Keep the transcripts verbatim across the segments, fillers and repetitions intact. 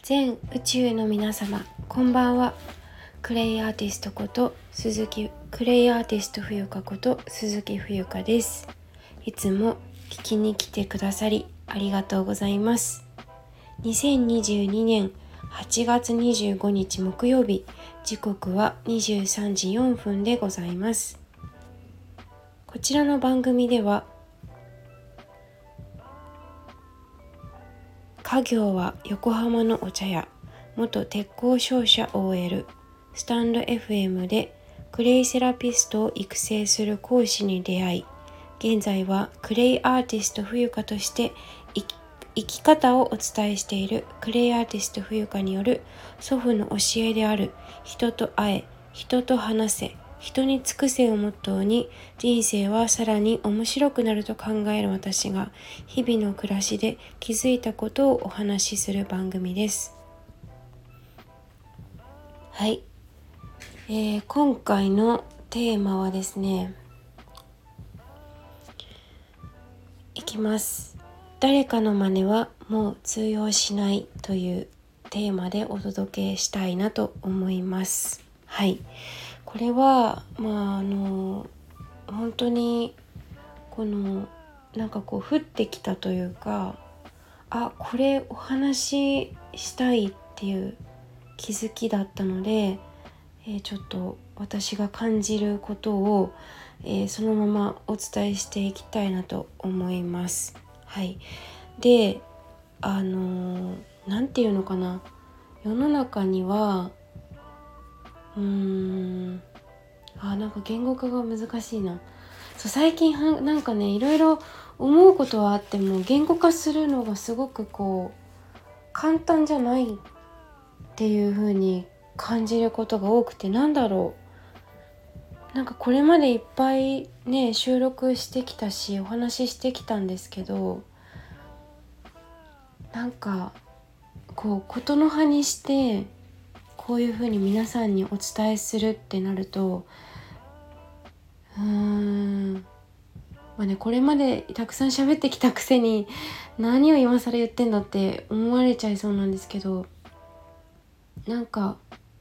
全宇宙の皆様、こんばんは。クレイアーティストこと鈴木クレイアーティスト冬香こと鈴木冬香です。いつも聞きに来てくださりありがとうございます。にせんにじゅうにねんはちがつにじゅうごにち木曜日、時刻はにじゅうさんじよんぷんでございます。こちらの番組では、家業は横浜のお茶屋、元鉄工商社 オーエル、スタンド エフエム でクレイセラピストを育成する講師に出会い、現在はクレイアーティスト冬香として生き生き方をお伝えしているクレイアーティスト冬香による祖父の教えである人と会え、人と話せ、人に尽くせをモットーに、人生はさらに面白くなると考える私が日々の暮らしで気づいたことをお話しする番組です。はい、えー、今回のテーマはですね、いきます。誰かの真似はもう通用しないというテーマでお届けしたいなと思います。はい、これはまああの本当にこのなんかこう降ってきたというか、あ、これお話ししたいっていう気づきだったので、えー、ちょっと私が感じることを、えー、そのままお伝えしていきたいなと思います。はい。で、あのー、なんていうのかな、世の中にはうーんあなんか言語化が難しいな。そう最近はなんかね、いろいろ思うことはあっても言語化するのがすごくこう簡単じゃないっていう風に感じることが多くて、なんだろう、なんかこれまでいっぱいね収録してきたしお話ししてきたんですけど、なんかこうことの葉にしてこういう風に皆さんにお伝えするってなると、うーんまあね、これまでたくさん喋ってきたくせに何を今更言ってんだって思われちゃいそうなんですけど、なんか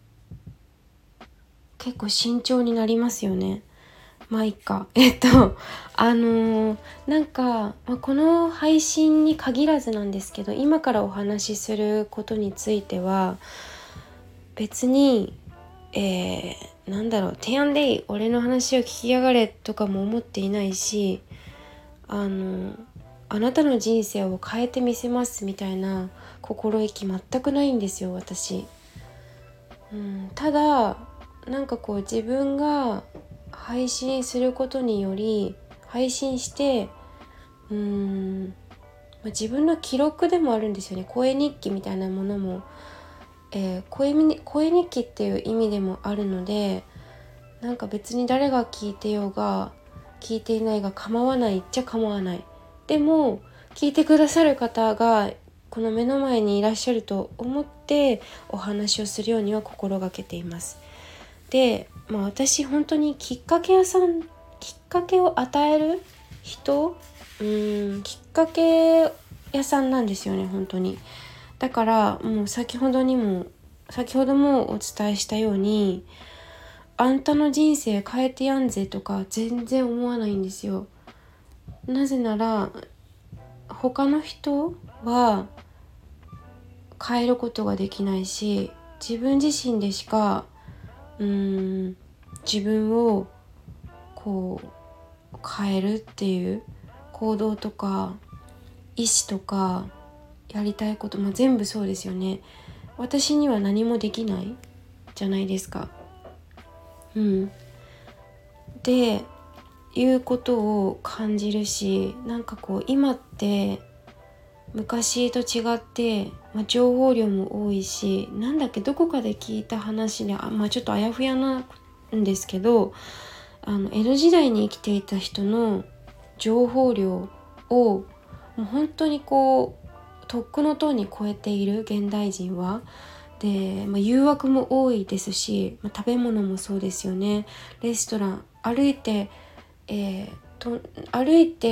結構慎重になりますよね。まあいいか。えっとあのー、なんか、まあ、この配信に限らずなんですけど、今からお話しすることについては別にえー、なんだろう、提案でいい、俺の話を聞きやがれとかも思っていないし、あのあなたの人生を変えてみせますみたいな心意気全くないんですよ、私。うん、ただなんかこう自分が配信することにより、配信してうーん、まあ、自分の記録でもあるんですよね。声日記みたいなものも、えー、声に声日記っていう意味でもあるので、なんか別に誰が聞いてようが聞いていないが構わないっちゃ構わない。でも聞いてくださる方がこの目の前にいらっしゃると思ってお話をするようには心がけています。で、まあ、私本当にきっかけ屋さんきっかけを与える人、うーんきっかけ屋さんなんですよね、本当に。だからもう先ほどにも先ほどもお伝えしたように、あんたの人生変えてやんぜとか全然思わないんですよ。なぜなら他の人は変えることができないし、自分自身でしかうーん自分をこう変えるっていう行動とか意志とかやりたいことも全部そうですよね。私には何もできないじゃないですか。うんでいうことを感じるし、なんかこう今って昔と違って、まあ、情報量も多いし、なんだっけどこかで聞いた話で、あ、まあ、ちょっとあやふやなんですけど、あの江戸時代に生きていた人の情報量をもう本当にこうとっくの塔に超えている現代人は。で、まあ、誘惑も多いですし、まあ、食べ物もそうですよね。レストラン歩いて、えー、と歩いて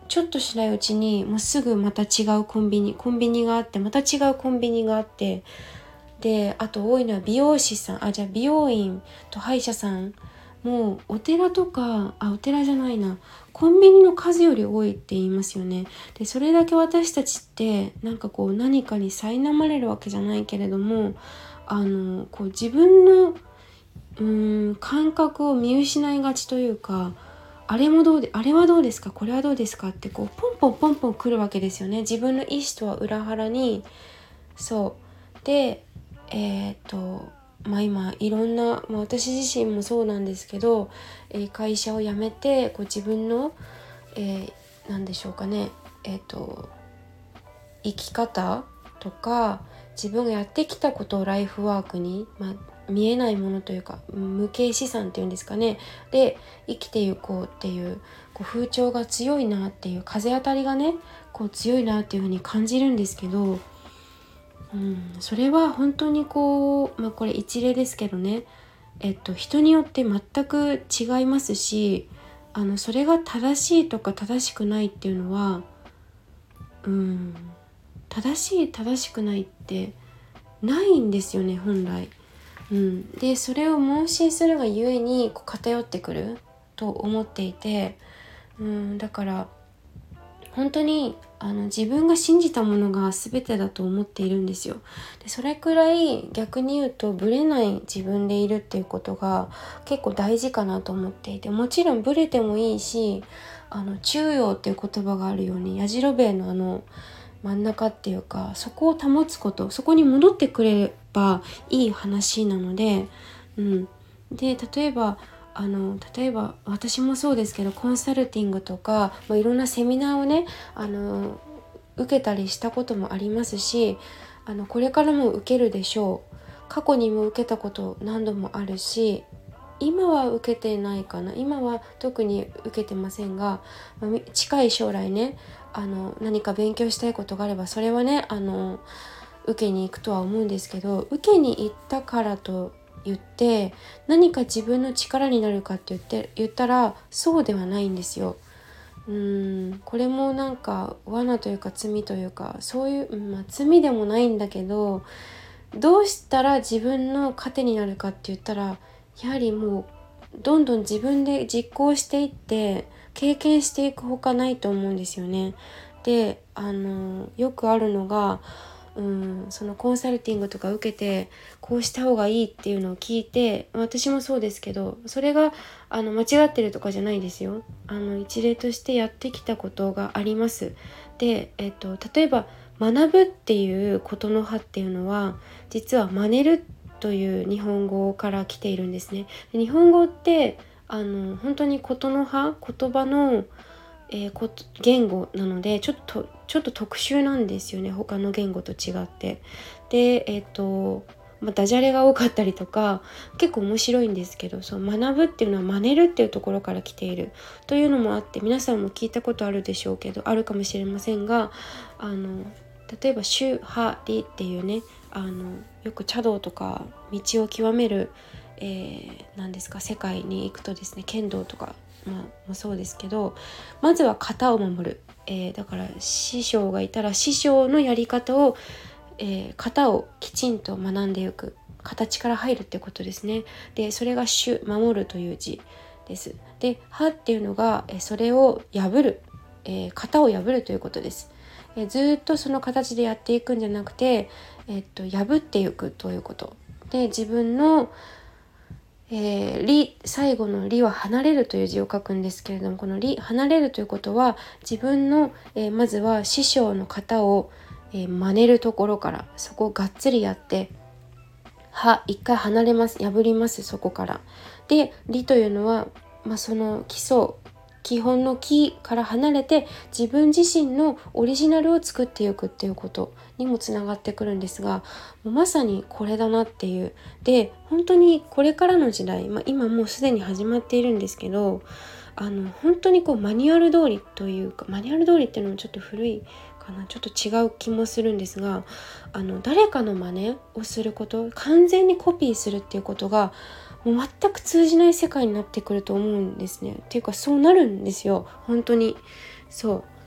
ちょっとしないうちにもうすぐまた違うコンビニコンビニがあって、また違うコンビニがあって、であと多いのは美容師さん、あじゃあ美容院と歯医者さん、もうお寺とか、あお寺じゃないな、コンビニの数より多いって言いますよね。でそれだけ私たちってなんかこう何かに苛まれるわけじゃないけれども、あのこう自分のうーん感覚を見失いがちというか、あれもどうであれはどうですか、これはどうですかってこうポンポンポンポン来るわけですよね。自分の意思とは裏腹に。そうでえっ、とまあ今いろんな、まあ、私自身もそうなんですけど、えー会社を辞めてこう自分の、えー、何でしょうかね、えっ、と生き方とか自分がやってきたことをライフワークに、まあ、見えないものというか無形資産っていうんですかね、で生きていこうっていう、こう風潮が強いなっていう、風当たりがねこう強いなっていうふうに感じるんですけど、うん、それは本当にこう、まあ、これ一例ですけどね、えっと、人によって全く違いますし、あのそれが正しいとか正しくないっていうのは、うん、正しい正しくないってないんですよね本来。うん、でそれを盲信するがゆえにこう偏ってくると思っていて、うん、だから本当にあの自分が信じたものが全てだと思っているんですよ。でそれくらい逆に言うとブレない自分でいるっていうことが結構大事かなと思っていて、もちろんブレてもいいし、あの中庸っていう言葉があるように、やじろべえのあの真ん中っていうか、そこを保つこと、そこに戻ってくればいい話なので、うん、で例えばあの例えば私もそうですけど、コンサルティングとか、まあ、いろんなセミナーをねあの受けたりしたこともありますし、あのこれからも受けるでしょう。過去にも受けたこと何度もあるし、今は受けてないかな、今は特に受けてませんが、まあ、近い将来ねあの何か勉強したいことがあればそれはねあの受けに行くとは思うんですけど、受けに行ったからと言って何か自分の力になるかって言って言ったらそうではないんですよ。うーんこれもなんか罠というか罪というか、そういう、まあ、罪でもないんだけど、どうしたら自分の糧になるかって言ったら、やはりもうどんどん自分で実行していって経験していくほかないと思うんですよね。であのよくあるのが、うん、そのコンサルティングとか受けてこうした方がいいっていうのを聞いて、私もそうですけど、それがあの間違ってるとかじゃないですよ。あの一例としてやってきたことがあります。で、えっと、例えば学ぶっていうことの葉っていうのは実は真似るという日本語から来ているんですね。で日本語ってあの本当にことの葉、言葉のえー、こ言語なのでちょっとちょっと特殊なんですよね、他の言語と違って。でえっ、と、まあ、ダジャレが多かったりとか結構面白いんですけど、そう学ぶっていうのは真似るっていうところから来ているというのもあって、皆さんも聞いたことあるでしょうけど、あるかもしれませんが、あの例えば宗派理っていうね、あのよく茶道とか道を極める、えー、何ですか世界に行くとですね、剣道とかまあ、もそうですけど、まずは型を守る、えー、だから師匠がいたら師匠のやり方を、えー、型をきちんと学んでいく、形から入るってことですね。でそれが主、守るという字です。で派っていうのが、えー、それを破る、えー、型を破るということです。えー、ずっとその形でやっていくんじゃなくて、えー、っと破っていくということで、自分のえー、り最後のりは離れるという字を書くんですけれども、このり離れるということは自分の、えー、まずは師匠の型を、えー、真似るところから、そこをがっつりやっては一回離れます、破ります、そこから。でりというのは、まあ、その基礎基本の木から離れて自分自身のオリジナルを作っていくっていうことにもつながってくるんですが、もうまさにこれだなっていう。で本当にこれからの時代、まあ、今もうすでに始まっているんですけど、あの本当にこうマニュアル通りというか、マニュアル通りっていうのもちょっと古いかな、ちょっと違う気もするんですが、あの誰かの真似をすること、完全にコピーするっていうことがもう全く通じない世界になってくると思うんですね。っていうかそうなるんですよ本当に。そう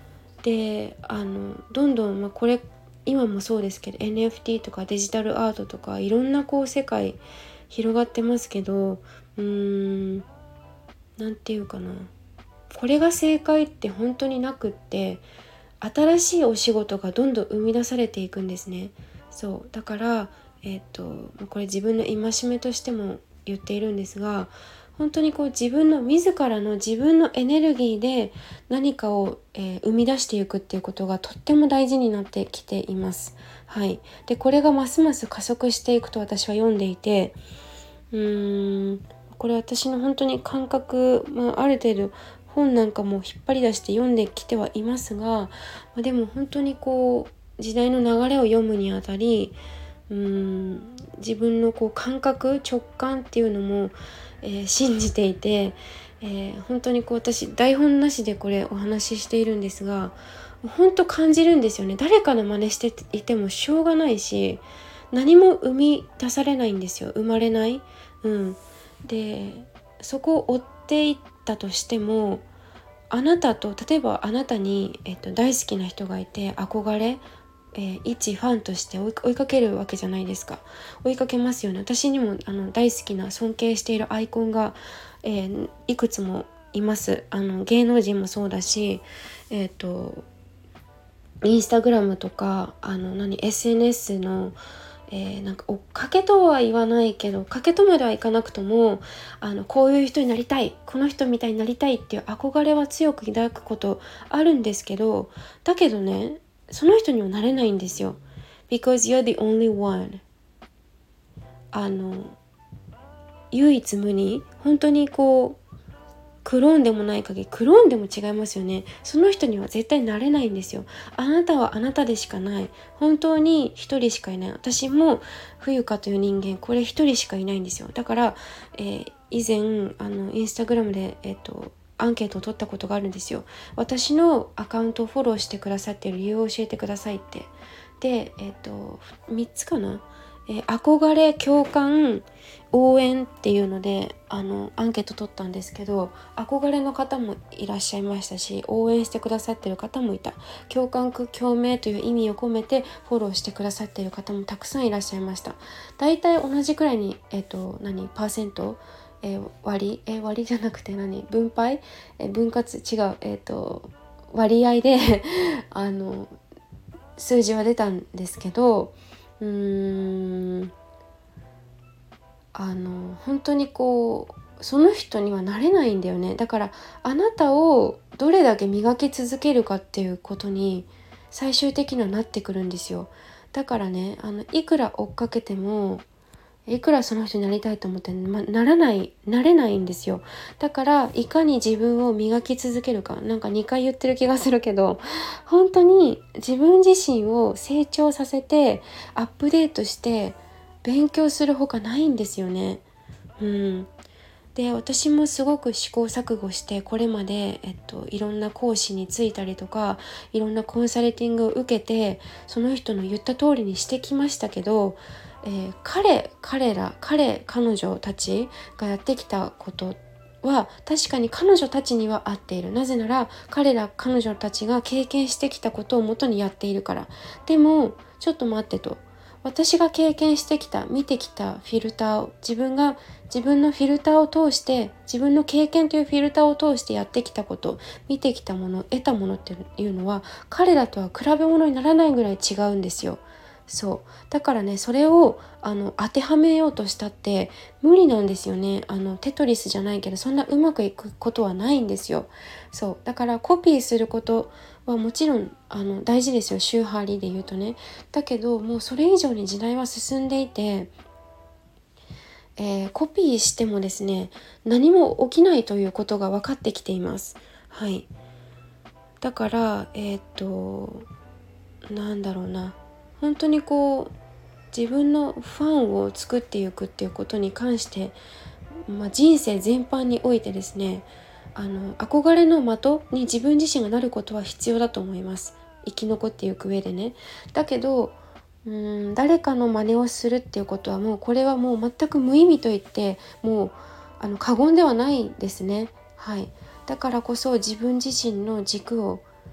であのどんどん、まあ、これ今もそうですけど エヌエフティー とかデジタルアートとかいろんなこう世界広がってますけど、うーんなんていうかな、これが正解って本当になくって、新しいお仕事がどんどん生み出されていくんですね。そうだからえっとこれ自分の戒めとしても言っているんですが、本当にこう自分の自らの自分のエネルギーで何かを、えー生み出していくっていうことがとっても大事になってきています。はい。でこれがますます加速していくと私は読んでいて、うーんこれ私の本当に感覚、まあ、ある程度本なんかも引っ張り出して読んできてはいますが、まあ、でも本当にこう時代の流れを読むにあたり、うーん自分のこう感覚直感っていうのも、えー信じていて、えー本当にこう私台本なしでこれお話ししているんですが、本当感じるんですよね。誰かの真似していてもしょうがないし、何も生み出されないんですよ。生まれない。うん、でそこを追っていったとしても、あなたと例えばあなたに、えっと、大好きな人がいて憧れ、えー一ファンとして追い追いかけるわけじゃないですか。追いかけますよね。私にもあの大好きな尊敬しているアイコンが、えーいくつもいます。あの芸能人もそうだし、えっとインスタグラムとかあの何 エスエヌエス の、えーなんか追っかけとは言わないけど、追っかけとまではいかなくとも、あのこういう人になりたい、この人みたいになりたいっていう憧れは強く抱くことあるんですけど、だけどね、その人にはなれないんですよ。 because you're the only one。 あの唯一無二、本当にこうクローンでもない限り、クローンでも違いますよね。その人には絶対なれないんですよ。あなたはあなたでしかない。本当に一人しかいない。私も冬香という人間、これ一人しかいないんですよ。だから、えー以前あのインスタグラムでえっ、とアンケートを取ったことがあるんですよ。私のアカウントをフォローしてくださっている理由を教えてくださいって。で、えっ、とみっつかな、えー憧れ、共感、応援っていうのであのアンケート取ったんですけど、憧れの方もいらっしゃいましたし、応援してくださってる方もいた。共感共鳴という意味を込めてフォローしてくださってる方もたくさんいらっしゃいました。だいたい同じくらいに、えっ、と何パーセント、えー割、えー割じゃなくて何分配、えー分割違う、えっ、と割合であの数字は出たんですけど、うーんあの本当にこうその人にはなれないんだよね。だからあなたをどれだけ磨き続けるかっていうことに最終的にはなってくるんですよ。だからね、あのいくら追っかけても、いくらその人になりたいと思っても、ま、ならないなれないんですよ。だからいかに自分を磨き続けるか、なんかにかい言ってる気がするけど、本当に自分自身を成長させてアップデートして勉強するほかないんですよね。うん。で私もすごく試行錯誤して、これまで、えっと、いろんな講師についたりとか、いろんなコンサルティングを受けて、その人の言った通りにしてきましたけど、えー彼彼ら彼彼女たちがやってきたことは確かに彼女たちには合っている。なぜなら彼ら彼女たちが経験してきたことをもとにやっているから。でもちょっと待ってと、私が経験してきた見てきたフィルターを、自分が自分のフィルターを通して、自分の経験というフィルターを通してやってきたこと、見てきたもの、得たものっていうのは彼らとは比べ物にならないぐらい違うんですよ。そうだからね、それをあの当てはめようとしたって無理なんですよね。あのテトリスじゃないけどそんなうまくいくことはないんですよ。そうだからコピーすることはもちろんあの大事ですよ、週張りで言うとね。だけどもうそれ以上に時代は進んでいて、えーコピーしてもですね、何も起きないということが分かってきています。はい。だからえーっとなんだろうな、本当にこう自分のファンを作っていくっていうことに関して、まあ、人生全般においてですね、あの憧れの的に自分自身がなることは必要だと思います。生き残っていく上でね。だけどうーん誰かの真似をするっていうことはもうこれはもう全く無意味と言ってもうあの過言ではないですね。はい。だからこそ自分自身の軸を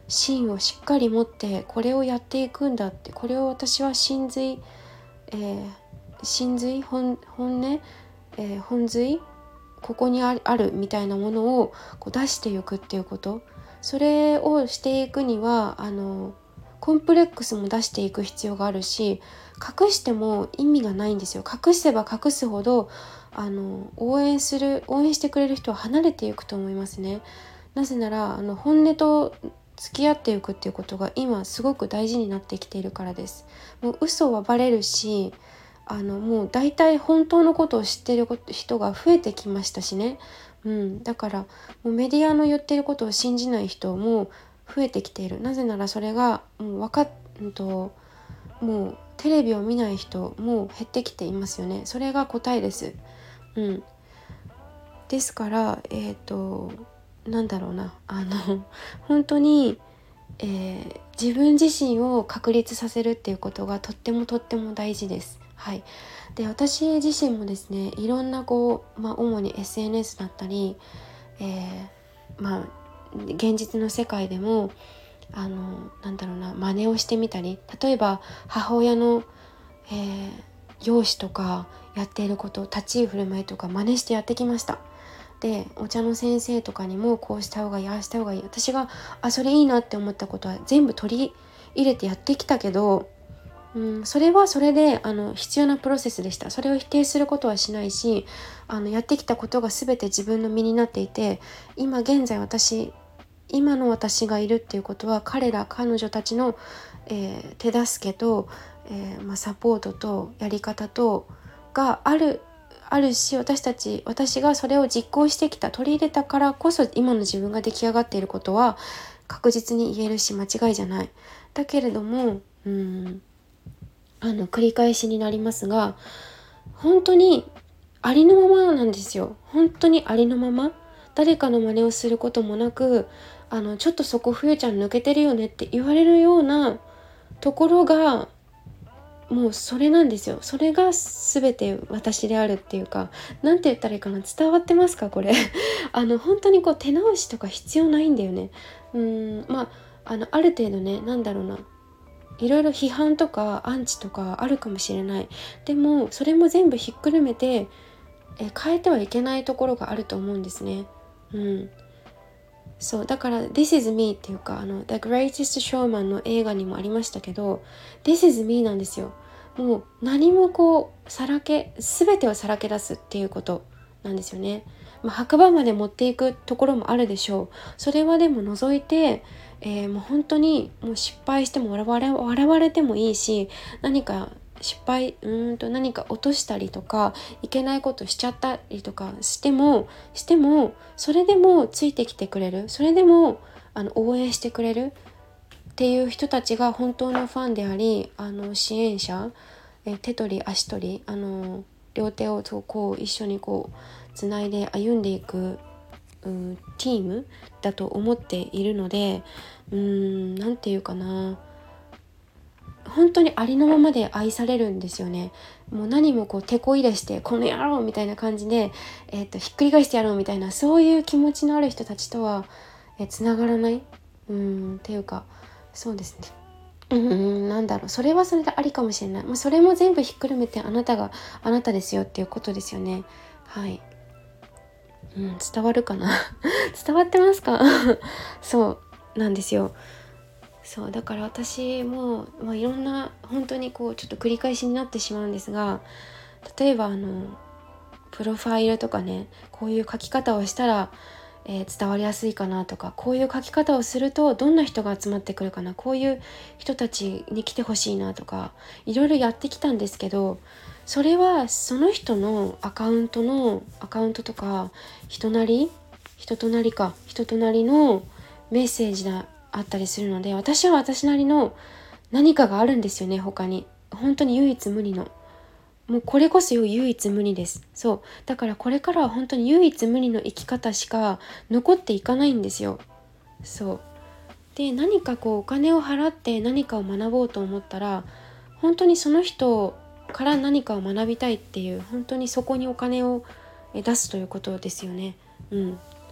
芯をしっかり持ってこれをやっていくんだって、これを私は真髄、えー、真髄本本音、えー、本髄ここにある、あるみたいなものをこう出していくっていうこと、それをしていくにはあのコンプレックスも出していく必要があるし、隠しても意味がないんですよ。隠せば隠すほどあの応援する応援してくれる人は離れていくと思いますね。なぜならあの本音と付き合っていくっていうことが今すごく大事になってきているからです。もう嘘はバレるし、あのもう大体本当のことを知っている人が増えてきましたしね、うん、だからもうメディアの言っていることを信じない人も増えてきている。なぜならそれがもう分かっ、うんと、もうテレビを見ない人も減ってきていますよね。それが答えです、うん、ですからえっとなんだろうなあの本当に、えー、自分自身を確立させるっていうことがとってもとっても大事です。はい。で、私自身もですね、いろんなこう、まあ、主に エスエヌエス だったり、えー、まあ現実の世界でもあのなんだろうな真似をしてみたり、例えば母親の、えー、容姿とかやっていること、立ち居振る舞いとか真似してやってきました。で、お茶の先生とかにもこうした方がいい、ああした方がいい、私があそれいいなって思ったことは全部取り入れてやってきたけど、うん、それはそれであの必要なプロセスでした。それを否定することはしないし、あのやってきたことが全て自分の身になっていて、今現在私今の私がいるっていうことは彼ら彼女たちの、えー、手助けと、えーまあ、サポートとやり方とがあるあるし、私たち私がそれを実行してきた、取り入れたからこそ今の自分が出来上がっていることは確実に言えるし間違いじゃない。だけれども、うんあの繰り返しになりますが、本当にありのままなんですよ。本当にありのまま、誰かの真似をすることもなく、あのちょっとそこ冬ちゃん抜けてるよねって言われるようなところがもうそれなんですよ。それが全て私であるっていうか、なんて言ったらいいかな、伝わってますかこれあの本当にこう手直しとか必要ないんだよね。うーんまああのある程度ね、なんだろうな、いろいろ批判とかアンチとかあるかもしれない。でもそれも全部ひっくるめてえ変えてはいけないところがあると思うんですね。うん。そうだから This is me っていうか、あの The Greatest Showman の映画にもありましたけど This is me なんですよ。もう何もこうさらけ全てをさらけ出すっていうことなんですよね。まあ、墓場まで持っていくところもあるでしょう。それはでも除いて、えー、もう本当にもう失敗しても笑われ、笑われてもいいし、何か失敗うーんと何か落としたりとかいけないことしちゃったりとかしてもしてもそれでもついてきてくれる、それでもあの応援してくれるっていう人たちが本当のファンであり、あの支援者、え手取り足取り、あの両手をこう一緒にこうつないで歩んでいく、うん、チームだと思っているので、うーんなんていうかな、本当にありのままで愛されるんですよね。もう何もこう手こ入れしてこの野郎みたいな感じで、えー、とひっくり返してやろうみたいな、そういう気持ちのある人たちとはえつながらない、うーんっていうか、そうですね、うーんなんだろう、それはそれでありかもしれない、まあ、それも全部ひっくるめてあなたがあなたですよっていうことですよね。はい、うん、伝わるかな伝わってますかそうなんですよ。そうだから私も、まあ、いろんな本当にこうちょっと繰り返しになってしまうんですが、例えばあのプロファイルとかね、こういう書き方をしたら、えー伝わりやすいかなとか、こういう書き方をするとどんな人が集まってくるかな、こういう人たちに来てほしいなとか、いろいろやってきたんですけど、それはその人のアカウントのアカウントとか人なり人となりか人となりのメッセージがあったりするので、私は私なりの何かがあるんですよね。他に本当に唯一無二の、もうこれこそ唯一無二です。そうだからこれからは本当に唯一無二の生き方しか残っていかないんですよ。そうで、何かこうお金を払って何かを学ぼうと思ったら、本当にその人から何かを学びたいっていう、本当にそこにお金を出すということですよね。うん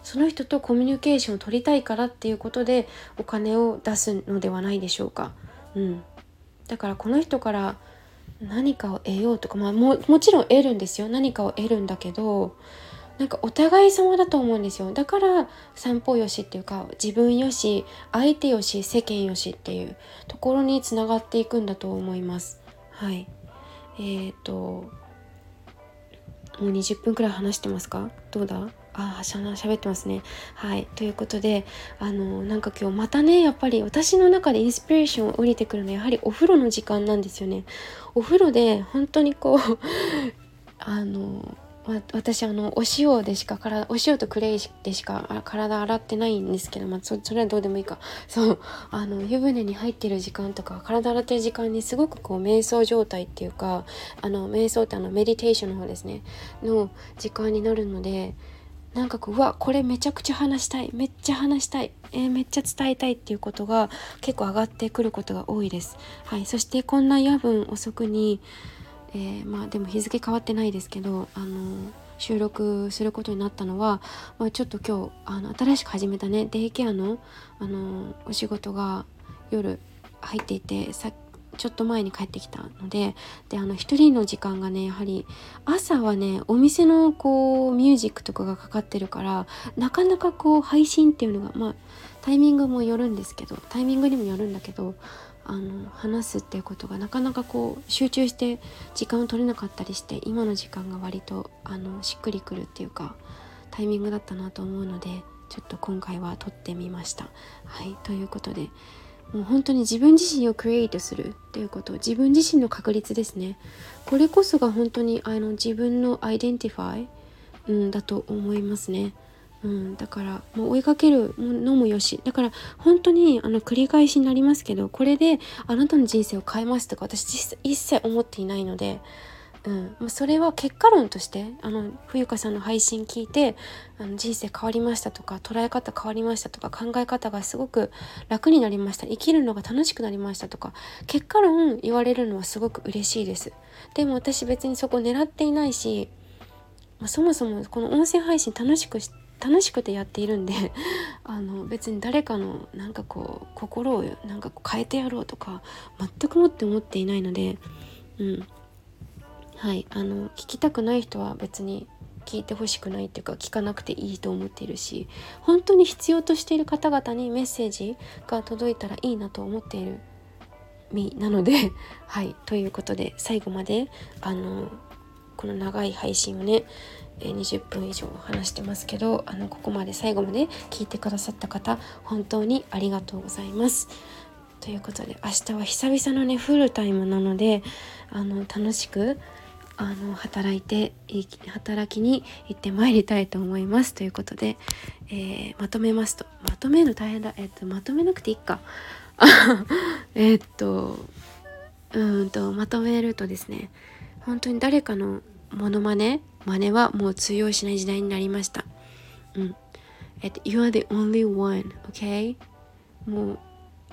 その人とコミュニケーションを取りたいからっていうことでお金を出すのではないでしょうか。うん、だからこの人から何かを得ようとか、まあ、も, もちろん得るんですよ。何かを得るんだけど、なんかお互い様だと思うんですよ。だから散歩よしっていうか、自分よし相手よし世間よしっていうところにつながっていくんだと思います。はい。えーともうにじゅっぷんくらい話してますか？どうだ？ああ、しゃな、喋ってますね。はい。ということで、あの、なんか今日またね、やっぱり私の中でインスピレーションを降りてくるのはやはりお風呂の時間なんですよね。お風呂で本当にこう、あの、私あのお塩でしか体お塩とクレイでしか体洗ってないんですけど、まあ、そ, それはどうでもいいか。そうあの湯船に入ってる時間とか体洗ってる時間にすごくこう瞑想状態っていうか、あの瞑想ってあのメディテーションの方ですねの時間になるので、なんかこううわこれめちゃくちゃ話したいめっちゃ話したい、えー、めっちゃ伝えたいっていうことが結構上がってくることが多いです。はい。そしてこんな夜分遅くにえー、まあでも日付変わってないですけど、あの収録することになったのは、まあ、ちょっと今日あの新しく始めたねデイケアの、あのお仕事が夜入っていて、さちょっと前に帰ってきたので、であの一人の時間がね、やはり朝はねお店のこうミュージックとかがかかってるから、なかなかこう配信っていうのが、まあタイミングもよるんですけどタイミングにもよるんだけどあの話すっていうことがなかなかこう集中して時間を取れなかったりして、今の時間が割とあのしっくりくるっていうかタイミングだったなと思うので、ちょっと今回は撮ってみました。はい。ということで、もう本当に自分自身をクリエイトするっていうこと、自分自身の確立ですね。これこそが本当にあの自分のアイデンティファイ、うん、だと思いますね。うん、だからもう追いかけるのもよし、だから本当にあの繰り返しになりますけど、これであなたの人生を変えますとか私実一切思っていないので、うん、それは結果論としてあの冬香さんの配信聞いてあの人生変わりましたとか捉え方変わりましたとか考え方がすごく楽になりました、生きるのが楽しくなりましたとか結果論言われるのはすごく嬉しいです。でも私別にそこ狙っていないし、まあ、そもそもこの音声配信楽しくし楽しくてやっているんであの別に誰かのなんかこう心をなんかこう変えてやろうとか全くもって思っていないので、うんはい、あの聞きたくない人は別に聞いてほしくないっていうか聞かなくていいと思っているし、本当に必要としている方々にメッセージが届いたらいいなと思っている身なのではいということで最後まであのこの長い配信をねにじゅっぷん以上話してますけど、あのここまで最後まで聞いてくださった方本当にありがとうございます。ということで明日は久々のねフルタイムなのであの楽しくあの働いて働きに行ってまいりたいと思いますということで、えー、まとめますとまとめるの大変だ、えっとまとめなくていいかえっとうーんとまとめるとですね、本当に誰かのモノマネ真似はもう通用しない時代になりました。うん。えっと You are the only one, okay? もう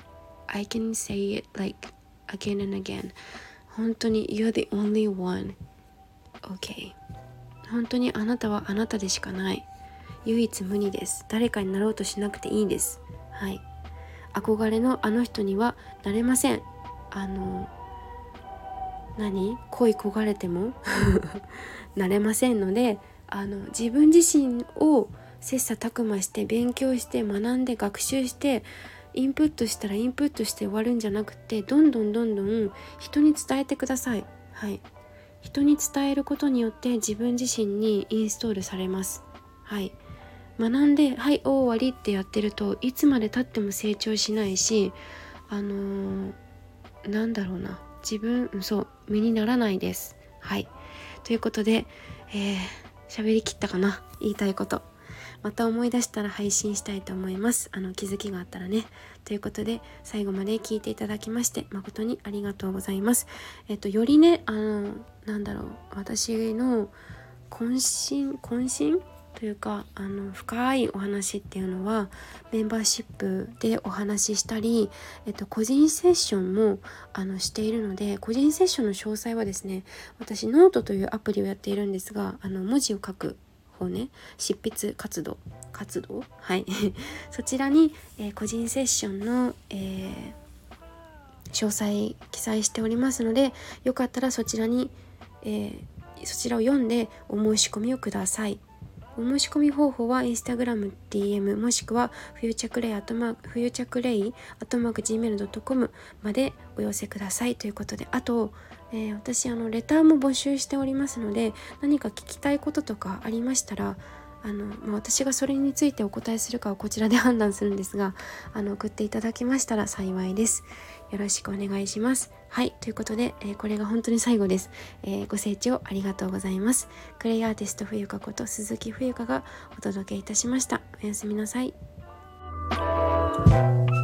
I can say it like again and again. 本当に You are the only one, okay? 本当にあなたはあなたでしかない。唯一無二です。誰かになろうとしなくていいんです。はい。憧れのあの人にはなれません。あの何恋焦がれてもなれませんので、あの自分自身を切磋琢磨して勉強して学んで学習してインプットしたらインプットして終わるんじゃなくて、どんどんどんどん人に伝えてください。はい。人に伝えることによって自分自身にインストールされます。はい。学んではい終わりってやってるといつまで経っても成長しないし、あのー、なんだろうな自分そう身にならないです。はい。ということで、えー、喋りきったかな、言いたいこと。また思い出したら配信したいと思います。あの気づきがあったらね。ということで最後まで聞いていただきまして誠にありがとうございます。えっとよりねあのなんだろう私の渾身渾身というかあの深いお話っていうのはメンバーシップでお話ししたり、えっと、個人セッションもあのしているので、個人セッションの詳細はですね私ノートというアプリをやっているんですが、あの文字を書く方ね、執筆活動活動はいそちらに、えー、個人セッションの、えー、詳細記載しておりますので、よかったらそちらに、えー、そちらを読んでお申し込みをください。お申し込み方法はインスタグラム ディーエム もしくはフューチャークレイアットマークフューチャークレイアットマーク ジーメールドットコム までお寄せくださいということで、あと、えー、私あのレターも募集しておりますので、何か聞きたいこととかありましたら、あの、まあ、私がそれについてお答えするかはこちらで判断するんですが、あの送っていただけましたら幸いです。よろしくお願いします。はい、ということで、えー、これが本当に最後です。えー、ご清聴ありがとうございます。クレイアーティスト冬香こと鈴木冬香がお届けいたしました。おやすみなさい。